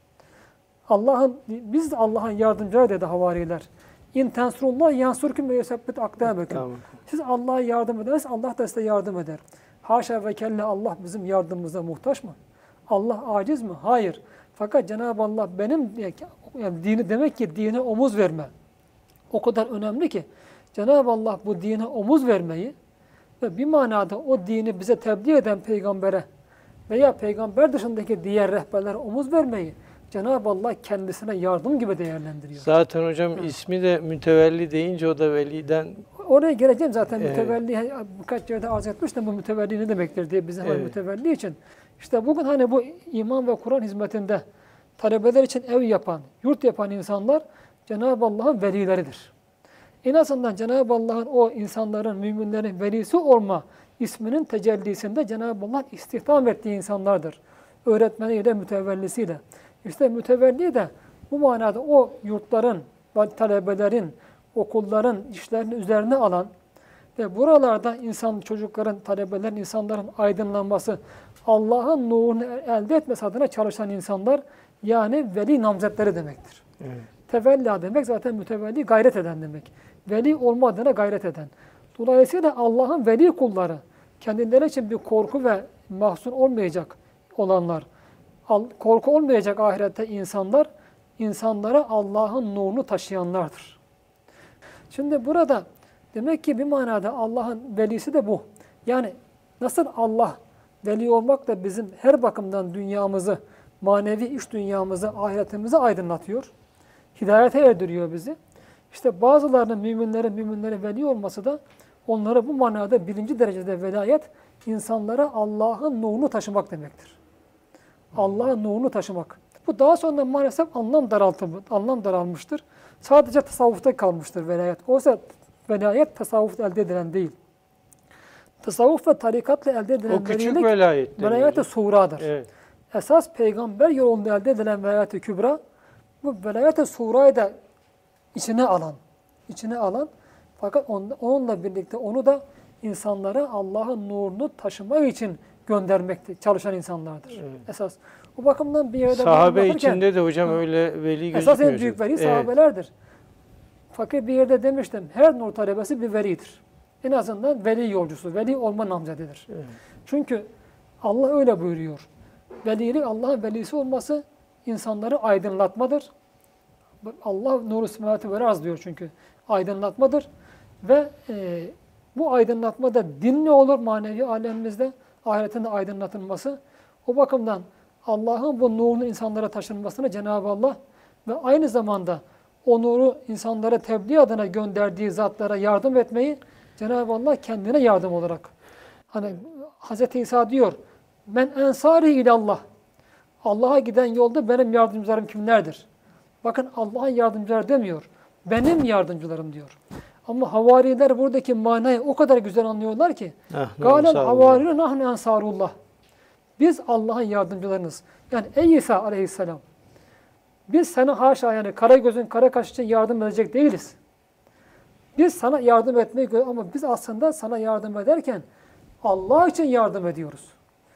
Allah'ın biz Allah'ın yardımcıları dedi havariler. İn tensurullah yansurkum ve yesebbit akdameküm. Tamam. Siz Allah'a yardım ederseniz Allah da size yardım eder. Haşa ve kelle Allah bizim yardımımıza muhtaç mı? Allah aciz mi? Hayır. Fakat Cenab-ı Allah benim yani dini demek ki dine omuz verme. O kadar önemli ki Cenab-ı Allah bu dine omuz vermeyi ve bir manada o dini bize tebliğ eden peygambere veya peygamber dışındaki diğer rehberlere omuz vermeyi Cenab-ı Allah kendisine yardım gibi değerlendiriyor. Zaten hocam evet. ismi de mütevelli deyince o da veliden... Oraya geleceğim zaten evet. mütevelli birkaç yerde arz etmiştim bu mütevelli ne demektir diye bizim evet. mütevelli için. İşte bugün hani bu iman ve Kur'an hizmetinde talebeler için ev yapan, yurt yapan insanlar Cenab-ı Allah'ın velileridir. En azından Cenab-ı Allah'ın o insanların, müminlerin velisi olma isminin tecellisinde Cenab-ı Allah istihdam ettiği insanlardır. Öğretmeniyle, mütevellisiyle. İşte mütevelli de bu manada o yurtların, talebelerin, okulların işlerini üzerine alan ve buralarda insan, çocukların, talebelerin, insanların aydınlanması, Allah'ın nurunu elde etmesi adına çalışan insanlar yani veli namzetleri demektir. Evet. Tevella demek zaten mütevelli, gayret eden demek. Veli olma adına gayret eden. Dolayısıyla Allah'ın veli kulları, kendileri için bir korku ve mahzun olmayacak olanlar, korku olmayacak ahirette insanlar, insanlara Allah'ın nurunu taşıyanlardır. Şimdi burada demek ki bir manada Allah'ın velisi de bu. Yani nasıl Allah veli olmak da bizim her bakımdan dünyamızı, manevi iç dünyamızı, ahiretimizi aydınlatıyor. Hidayete erdiriyor bizi. İşte bazılarının müminlerin müminlere veli olması da onlara bu manada birinci derecede velayet, insanlara Allah'ın nurunu taşımak demektir. Allah'ın nurunu taşımak. Bu daha sonra maalesef anlam daraltılmış, anlam daralmıştır. Sadece tasavvufta kalmıştır velayet. Oysa velayet tasavvufta elde edilen değil. Tasavvuf ve tarikatla elde edilen o küçük velilik, velayet. velayet-i suğradır. Evet. Esas peygamber yolunda elde edilen velayet-i kübra, bu velayet-i suğrayı da içine alan, içine alan fakat onunla birlikte onu da insanlara Allah'ın nurunu taşımak için göndermekte çalışan insanlardır. Evet. Esas. O bakımdan bir yerde sahabe içinde de hocam öyle veli gözükmüyor. Esas en büyük veli evet. sahabelerdir. Fakat bir yerde demiştim, her nur talebesi bir velidir. En azından veli yolcusu, veli olma namzedidir. Evet. Çünkü Allah öyle buyuruyor. Velilik, Allah'ın velisi olması insanları aydınlatmadır. Allah nuru semavati vel arz diyor çünkü. Aydınlatmadır. Ve e, bu aydınlatmada din ne olur manevi alemimizde? Ahiretin de aydınlatılması. O bakımdan Allah'ın bu nurunu insanlara taşınmasını Cenab-ı Allah ve aynı zamanda o nuru insanlara tebliğ adına gönderdiği zatlara yardım etmeyi Cenab-ı Allah kendine yardım olarak. Hani Hz. İsa diyor, men ensari ilallah. Allah'a giden yolda benim yardımcılarım kimlerdir? Bakın Allah'ın yardımcıları demiyor. Benim yardımcılarım diyor. Ama havariler buradaki manayı o kadar güzel anlıyorlar ki. Gâlel havarîne nahnu ensarullah. Biz Allah'ın yardımcılarınız. Yani ey İsa aleyhisselam. Biz sana haşa yani kara gözün kara kaş için yardım edecek değiliz. Biz sana yardım etmeyi ama biz aslında sana yardım ederken Allah için yardım ediyoruz.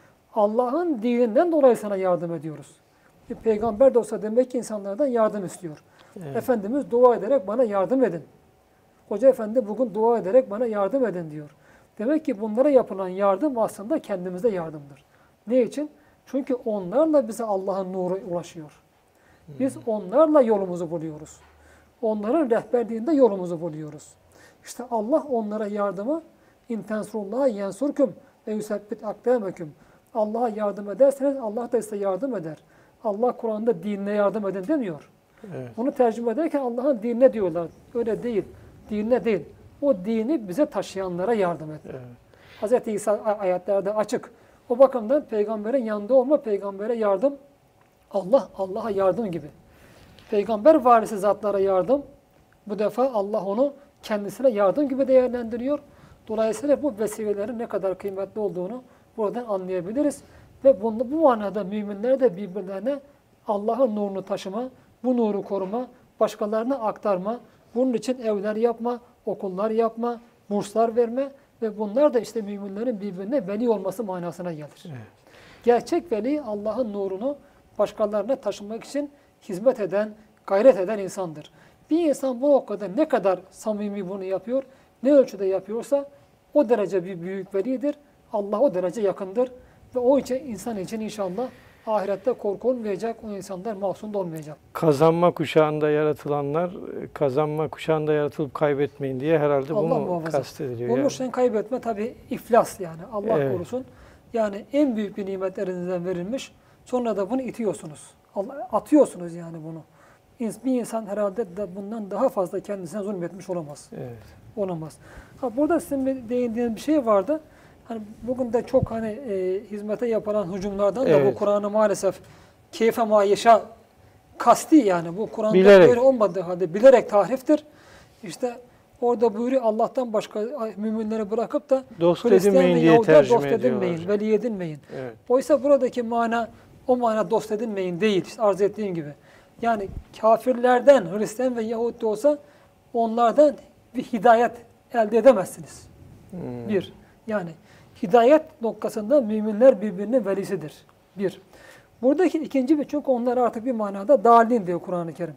Allah'ın dininden dolayı sana yardım ediyoruz. Bir peygamber de olsa demek ki insanlardan yardım istiyor. Evet. Efendimiz dua ederek bana yardım edin. Hoca efendi bugün dua ederek bana yardım edin diyor. Demek ki bunlara yapılan yardım aslında kendimize yardımdır. Ne için? Çünkü onlarla bize Allah'ın nuru ulaşıyor. Biz onlarla yolumuzu buluyoruz. Onların rehberliğinde yolumuzu buluyoruz. İşte Allah onlara yardımı intensurullaha yensurkum ve yusebbit akdameküm. Allah'a yardım ederseniz Allah da size yardım eder. Allah Kur'an'da dinine yardım edin demiyor. Evet. Bunu tercüme ederken Allah'ın dinine diyorlar. Öyle değil. Dinine değil. O dini bize taşıyanlara yardım et. Evet. Hz. İsa ayetlerde açık. O bakımdan peygamberin yanında olma, peygambere yardım, Allah, Allah'a yardım gibi. Peygamber varisi zatlara yardım, bu defa Allah onu kendisine yardım gibi değerlendiriyor. Dolayısıyla bu vesilelerin ne kadar kıymetli olduğunu buradan anlayabiliriz. Ve bunu, bu manada müminler de birbirlerine Allah'ın nurunu taşıma, bu nuru koruma, başkalarına aktarma, bunun için evler yapma, okullar yapma, burslar verme ve bunlar da işte müminlerin birbirine veli olması manasına gelir. Evet. Gerçek veli Allah'ın nurunu başkalarına taşımak için hizmet eden, gayret eden insandır. Bir insan bu noktada ne kadar samimi bunu yapıyor, ne ölçüde yapıyorsa o derece bir büyük velidir. Allah o derece yakındır. Ve o için insan için inşallah ahirette korku olmayacak, o insanlar mahzun olmayacak. Kazanma kuşağında yaratılanlar, kazanma kuşağında yaratılıp kaybetmeyin diye herhalde Allah bunu muhafaza. kastediliyor. Onun için yani. Kaybetme tabii iflas yani. Allah evet. korusun. Yani en büyük bir nimetlerinizden verilmiş. Sonra da bunu itiyorsunuz. Allah, atıyorsunuz yani bunu. Bir insan herhalde de bundan daha fazla kendisine zulmetmiş olamaz. Evet. Olamaz. Ha, burada sizin değindiğiniz bir şey vardı. Hani bugün de çok hani e, hizmete yapılan hücumlardan evet. da bu Kur'an'ı maalesef keyfe mayeşa kasti yani bu Kur'an'da böyle olmadığı halde bilerek tahriftir. İşte orada buyuruyor Allah'tan başka müminleri bırakıp da dost edinmeyin diye tercüme dost edinmeyin, veli edinmeyin. Evet. Oysa buradaki mana o mana dost edinmeyin değil. İşte arz ettiğim gibi. Yani kafirlerden Hristiyan ve Yahudi de olsa onlardan bir hidayet elde edemezsiniz. Hmm. Bir. Yani hidayet noktasında müminler birbirinin velisidir. Bir. Buradaki ikinci bir çünkü onlar artık bir manada dalin diyor Kur'an-ı Kerim.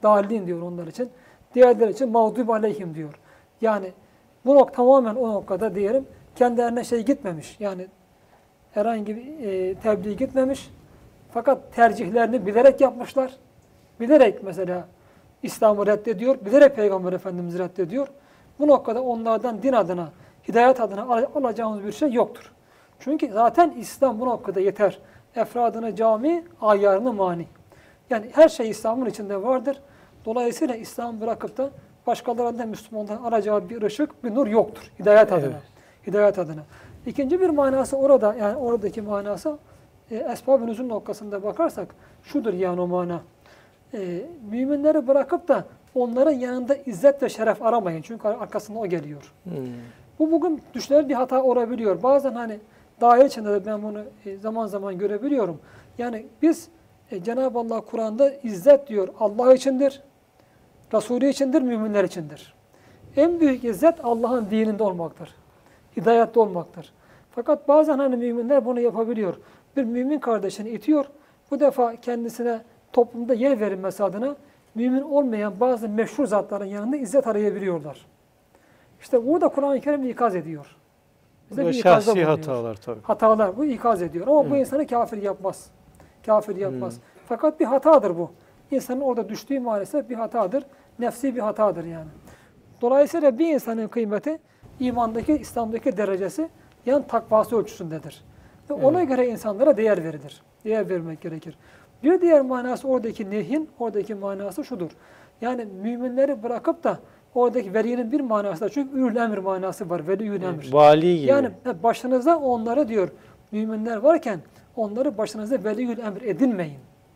Dallin diyor onlar için. Diğerleri için mağdub aleyhim diyor. Yani bu nokta tamamen o noktada diyelim kendilerine şey gitmemiş. Yani herhangi bir e, tebliğ gitmemiş. Fakat tercihlerini bilerek yapmışlar. Bilerek mesela İslam'ı reddediyor. Bilerek Peygamber Efendimiz'i reddediyor. Bu noktada onlardan din adına, hidayet adına alacağımız bir şey yoktur. Çünkü zaten İslam bu noktada yeter. Efradını cami, ayarını mani. Yani her şey İslam'ın içinde vardır. Dolayısıyla İslam'ı bırakıp da başkalarından Müslümanların aracağı bir ışık, bir nur yoktur. Hidayet adına. Evet. Hidayet adına. İkinci bir manası orada, yani oradaki manası e, esbab-ı nüzul noktasında bakarsak şudur yani o mana. E, müminleri bırakıp da onların yanında izzet ve şeref aramayın. Çünkü arkasında o geliyor. Hmm. Bu bugün düşünen bir hata olabiliyor. Bazen hani daire içinde de ben bunu e, zaman zaman görebiliyorum. Yani biz e, Cenab-ı Allah Kur'an'da izzet diyor. Allah içindir, Resulü içindir, müminler içindir. En büyük izzet Allah'ın dininde olmaktır. Hidayette olmaktır. Fakat bazen hani müminler bunu yapabiliyor. Bir mümin kardeşini itiyor. Bu defa kendisine toplumda yer verilmesi adına mümin olmayan bazı meşhur zatların yanında izzet arayabiliyorlar. İşte burada Kur'an-ı Kerim ikaz ediyor. Bize Bu bir ikazda şahsi bulunuyor. hatalar tabii. Hatalar bu ikaz ediyor. Ama Evet. bu insanı kafir yapmaz. Kafir yapmaz. Hmm. Fakat bir hatadır bu. İnsanın orada düştüğü maalesef bir hatadır. Nefsi bir hatadır yani. Dolayısıyla bir insanın kıymeti imandaki, İslam'daki derecesi yani takvası ölçüsündedir. Ve Evet. ona göre insanlara değer verilir. Değer vermek gerekir. Bir diğer manası oradaki nehyin, oradaki manası şudur. Yani müminleri bırakıp da oradaki velinin bir manası da çünkü ülül emir manası var. Veliyül emir. Vali gibi. Yani başınıza onları diyor, müminler varken onları başınıza veliyül emir edinmeyin.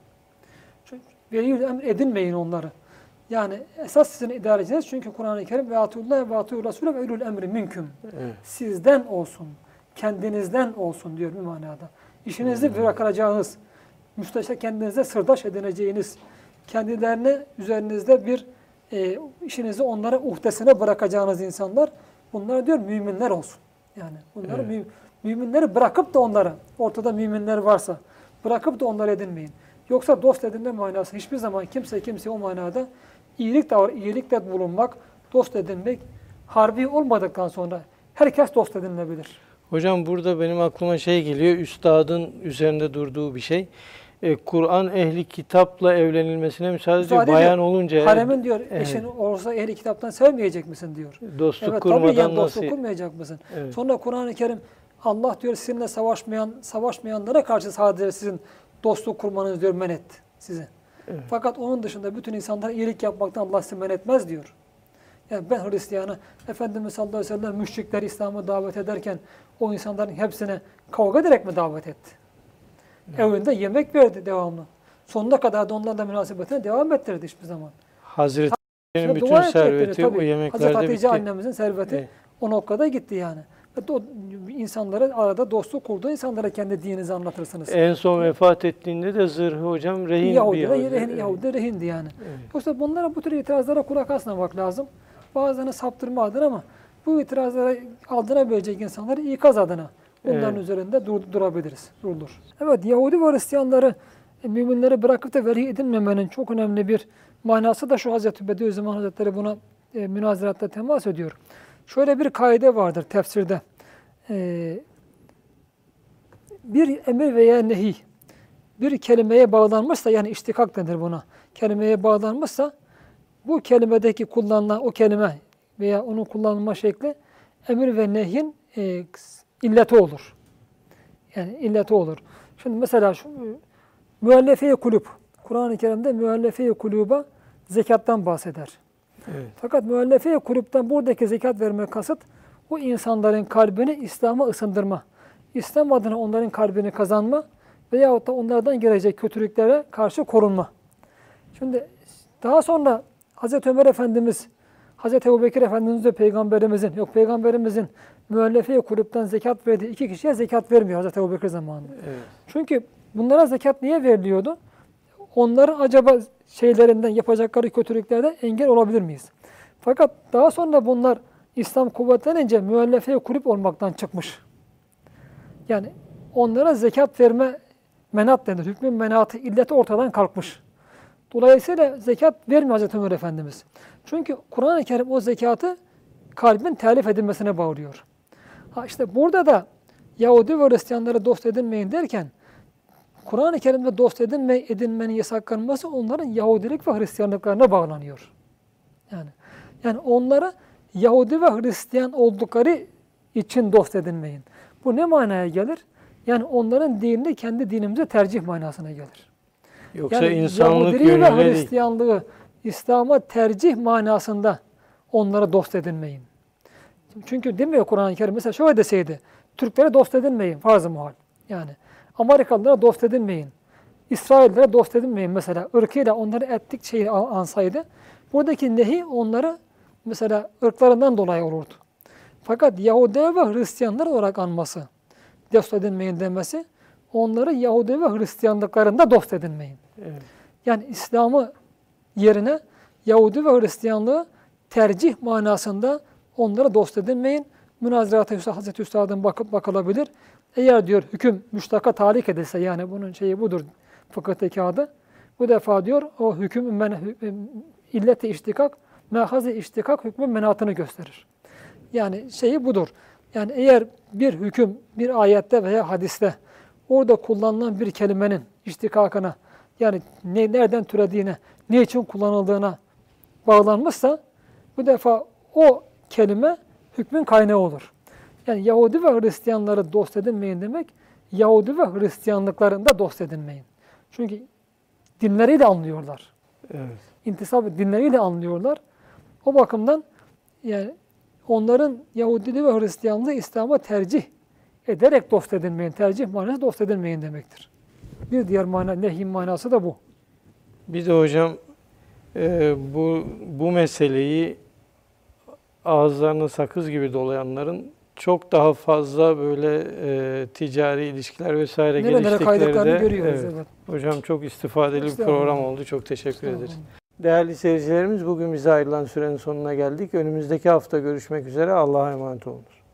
Çünkü veliyül emir edinmeyin onları. Yani esas sizin idareciniz çünkü Kur'an-ı Kerim ve atullah ve atul Resulü ve ülül emri minküm. Evet. Sizden olsun, kendinizden olsun diyor bir manada. İşinizi Hmm. bırakacağınız, müsteşar kendinize sırdaş edineceğiniz, kendilerine üzerinizde bir e, işinizi onlara uhdesine bırakacağınız insanlar, bunlar diyor müminler olsun. Yani bunları Evet. mü, müminleri bırakıp da onlara, ortada müminler varsa, bırakıp da onları edinmeyin. Yoksa dost edinme manası hiçbir zaman kimse kimse o manada iyilik davr, iyilikle bulunmak, dost edinmek harbi olmadıktan sonra herkes dost edinilebilir. Hocam burada benim aklıma şey geliyor, üstadın üzerinde durduğu bir şey. E, Kur'an ehli kitapla evlenilmesine müsaade ediyor. Müsaade Bayan ediyor. olunca Haremin diyor, evet. eşin olsa ehli kitaptan sevmeyecek misin diyor. dostluk Evet kurmadan tabii yani nasıl? dostluk kurmayacak mısın? Evet. Sonra Kur'an-ı Kerim Allah diyor sizinle savaşmayan, savaşmayanlara karşı sadece sizin dostluk kurmanız diyor men etti sizi. Evet. Fakat onun dışında bütün insanlara iyilik yapmaktan Allah sizi men etmez diyor. Yani ben Hristiyanı, Efendimiz sallallahu aleyhi ve sellem müşrikleri İslam'a davet ederken o insanların hepsine kavga ederek mi davet etti? Evet. Evinde yemek verdi devamlı. Sonuna kadar da onlarla münasebetine devam ettirdi hiçbir zaman. Hazreti Ali'nin bütün Dua edecekleri, serveti tabii. o yemeklerde Hazreti Hatice bitti. annemizin serveti Evet. o noktada gitti yani. Ve o insanlara arada dostluk kurduğu insanlara kendi dininizi anlatırsınız. En son vefat ettiğinde de zırhı hocam rehin Yahudi bir de Yahudi. rehin, Yahudi de rehindi yani. Evet. Yoksa bunlara bu tür itirazlara kulak asmamak lazım. Bazılarını saptırma adına ama bu itirazlara aldırabilecek insanları ikaz adına bunların Evet. üzerinde dur, durabiliriz. Durulur. Evet, Yahudi ve Hristiyanları e, müminleri bırakıp da veli edinmemenin çok önemli bir manası da şu: Hazreti Bediüzzaman Hazretleri buna e, münazaratta temas ediyor. Şöyle bir kaide vardır tefsirde. E, bir emir veya nehi bir kelimeye bağlanmışsa, yani iştikak denir buna. Kelimeye bağlanmışsa bu kelimedeki kullanılan o kelime veya onun kullanılma şekli emir ve nehyin e, illeti olur. Yani illeti olur. Şimdi mesela şu müellefe-i kulüp. Kur'an-ı Kerim'de müellefe-i kulüba zekattan bahseder. Evet. Fakat müellefe-i kulüpten buradaki zekat verme kasıt o insanların kalbini İslam'a ısındırma. İslam adına onların kalbini kazanma veyahut da onlardan gelecek kötülüklere karşı korunma. Şimdi daha sonra Hazreti Ömer Efendimiz, Hazreti Ebubekir Efendimiz ve Peygamberimizin, yok Peygamberimizin müellefe-i kulüpten zekat verdiği iki kişiye zekat vermiyor Hazreti Ebubekir zamanında. Evet. Çünkü bunlara zekat niye veriliyordu? Onların acaba şeylerinden, yapacakları kötülüklerden engel olabilir miyiz? Fakat daha sonra bunlar İslam kuvvetlenince müellefe-i kulüp olmaktan çıkmış. Yani onlara zekat verme menat denir. Hükmün menatı, illeti ortadan kalkmış. Dolayısıyla zekat vermiyor Hazreti Ömer Efendimiz. Çünkü Kur'an-ı Kerim o zekatı kalbin telif edilmesine bağlıyor. Ha işte burada da Yahudi ve Hristiyanları dost edinmeyin derken Kur'an-ı Kerim'de dost edinme, edinmenin yasaklanması onların Yahudilik ve Hristiyanlıklarına bağlanıyor. Yani yani onları Yahudi ve Hristiyan oldukları için dost edinmeyin. Bu ne manaya gelir? Yani onların dinini kendi dinimize tercih manasına gelir. Yoksa Yani insanlık Yahudiliği ve yönüne değil. Hristiyanlığı İslam'a tercih manasında onlara dost edinmeyin. Çünkü demiyor Kur'an-ı Kerim mesela şöyle deseydi, Türklere dost edinmeyin farz-ı muhal. Yani Amerikalılara dost edinmeyin. İsraillere dost edinmeyin mesela. Irkıyla onları ettik şeyi ansaydı. Buradaki nehi onları mesela ırklarından dolayı olurdu. Fakat Yahudi ve Hristiyanlar olarak anması, dost edinmeyin demesi, onları Yahudi ve Hristiyanlıklarında dost edinmeyin. Evet. Yani İslam'ı yerine Yahudi ve Hristiyanlığı tercih manasında onlara dost edinmeyin. Münazirata Hazreti Üstad'ın bakıp bakılabilir. Eğer diyor hüküm müştaka talik edilse, yani bunun şeyi budur fıkıhtaki adı. Bu defa diyor o hüküm men, illet-i iştikak, mehazi iştikak hükmün menatını gösterir. Yani şeyi budur. Yani eğer bir hüküm bir ayette veya hadiste orada kullanılan bir kelimenin iştikakına, yani ne, nereden türediğine, ne için kullanıldığına bağlanmışsa bu defa o kelime hükmün kaynağı olur. Yani Yahudi ve Hristiyanları dost edinmeyin demek, Yahudi ve Hristiyanlıklarında dost edinmeyin. Çünkü dinleriyle anlıyorlar. Evet. İntisap dinleriyle anlıyorlar. O bakımdan yani onların Yahudiliği ve Hristiyanlığı İslam'a tercih ederek dost edinmeyin. Tercih manası dost edinmeyin demektir. Bir diğer mana, nehy manası da bu. Bir de hocam e, bu bu meseleyi ağızlarına sakız gibi dolayanların çok daha fazla böyle e, ticari ilişkiler vesaire Nerelere kaydıklarını geliştikleri de görüyoruz. evet. Evet. Hocam çok istifadeli bir Estağfurullah. program oldu. Çok teşekkür Estağfurullah. ederiz. Değerli seyircilerimiz, bugün bize ayrılan sürenin sonuna geldik. Önümüzdeki hafta görüşmek üzere. Allah'a emanet olunuz.